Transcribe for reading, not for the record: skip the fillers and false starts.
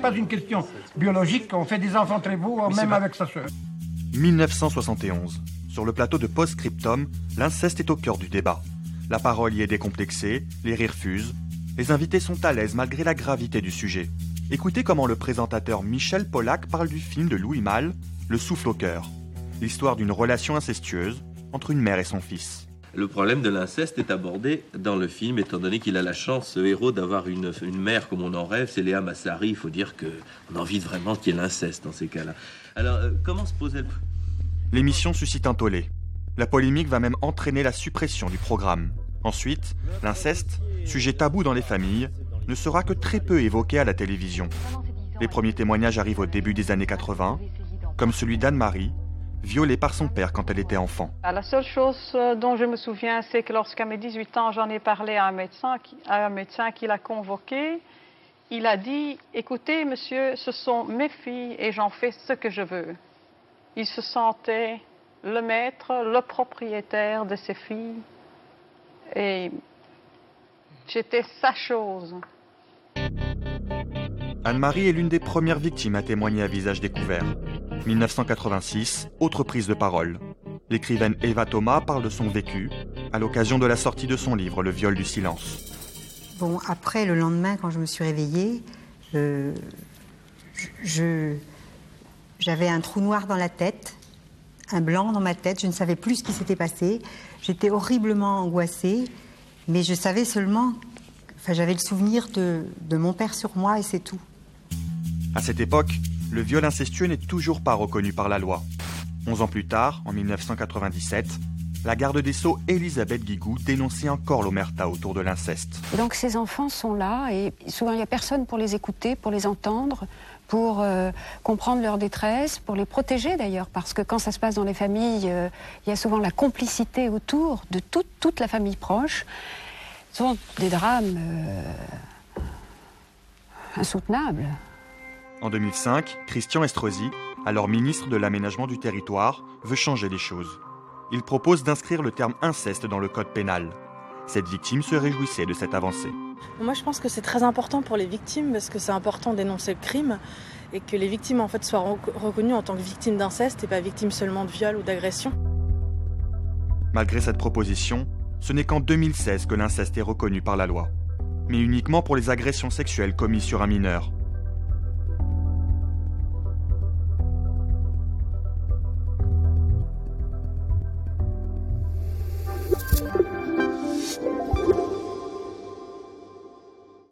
pas une question biologique. On fait des enfants très beaux, même avec sa sœur. 1971. Sur le plateau de Post-Scriptum, l'inceste est au cœur du débat. La parole y est décomplexée, les rires fusent. Les invités sont à l'aise malgré la gravité du sujet. Écoutez comment le présentateur Michel Pollack parle du film de Louis Malle, Le souffle au cœur. L'histoire d'une relation incestueuse entre une mère et son fils. Le problème de l'inceste est abordé dans le film, étant donné qu'il a la chance, ce héros, d'avoir une mère comme on en rêve, c'est Léa Massari. Il faut dire qu'on a envie vraiment qu'il y ait l'inceste dans ces cas-là. Alors, comment se posait le... L'émission suscite un tollé. La polémique va même entraîner la suppression du programme. Ensuite, l'inceste, sujet tabou dans les familles, ne sera que très peu évoqué à la télévision. Les premiers témoignages arrivent au début des années 80, comme celui d'Anne-Marie, violée par son père quand elle était enfant. La seule chose dont je me souviens, c'est que lorsqu'à mes 18 ans, j'en ai parlé à un médecin qui l'a convoqué. Il a dit, écoutez monsieur, ce sont mes filles et j'en fais ce que je veux. Il se sentait le maître, le propriétaire de ses filles. Et j'étais sa chose. Anne-Marie est l'une des premières victimes à témoigner à visage découvert. 1986, autre prise de parole. L'écrivaine Eva Thomas parle de son vécu à l'occasion de la sortie de son livre Le viol du silence. Bon, après, le lendemain, quand je me suis réveillée, j'avais un trou noir dans la tête, un blanc dans ma tête, je ne savais plus ce qui s'était passé. J'étais horriblement angoissée, mais je savais seulement... j'avais le souvenir de mon père sur moi et c'est tout. À cette époque, le viol incestueux n'est toujours pas reconnu par la loi. 11 ans plus tard, en 1997, la garde des Sceaux Élisabeth Guigou dénonçait encore l'omerta autour de l'inceste. Et donc ces enfants sont là et souvent il n'y a personne pour les écouter, pour les entendre, pour comprendre leur détresse, pour les protéger d'ailleurs, parce que quand ça se passe dans les familles, il y a souvent la complicité autour de toute la famille proche. Ce sont des drames insoutenables. En 2005, Christian Estrosi, alors ministre de l'Aménagement du Territoire, veut changer les choses. Il propose d'inscrire le terme inceste dans le code pénal. Cette victime se réjouissait de cette avancée. Moi, je pense que c'est très important pour les victimes parce que c'est important d'énoncer le crime et que les victimes en fait soient reconnues en tant que victimes d'inceste et pas victimes seulement de viol ou d'agression. Malgré cette proposition, ce n'est qu'en 2016 que l'inceste est reconnu par la loi. Mais uniquement pour les agressions sexuelles commises sur un mineur.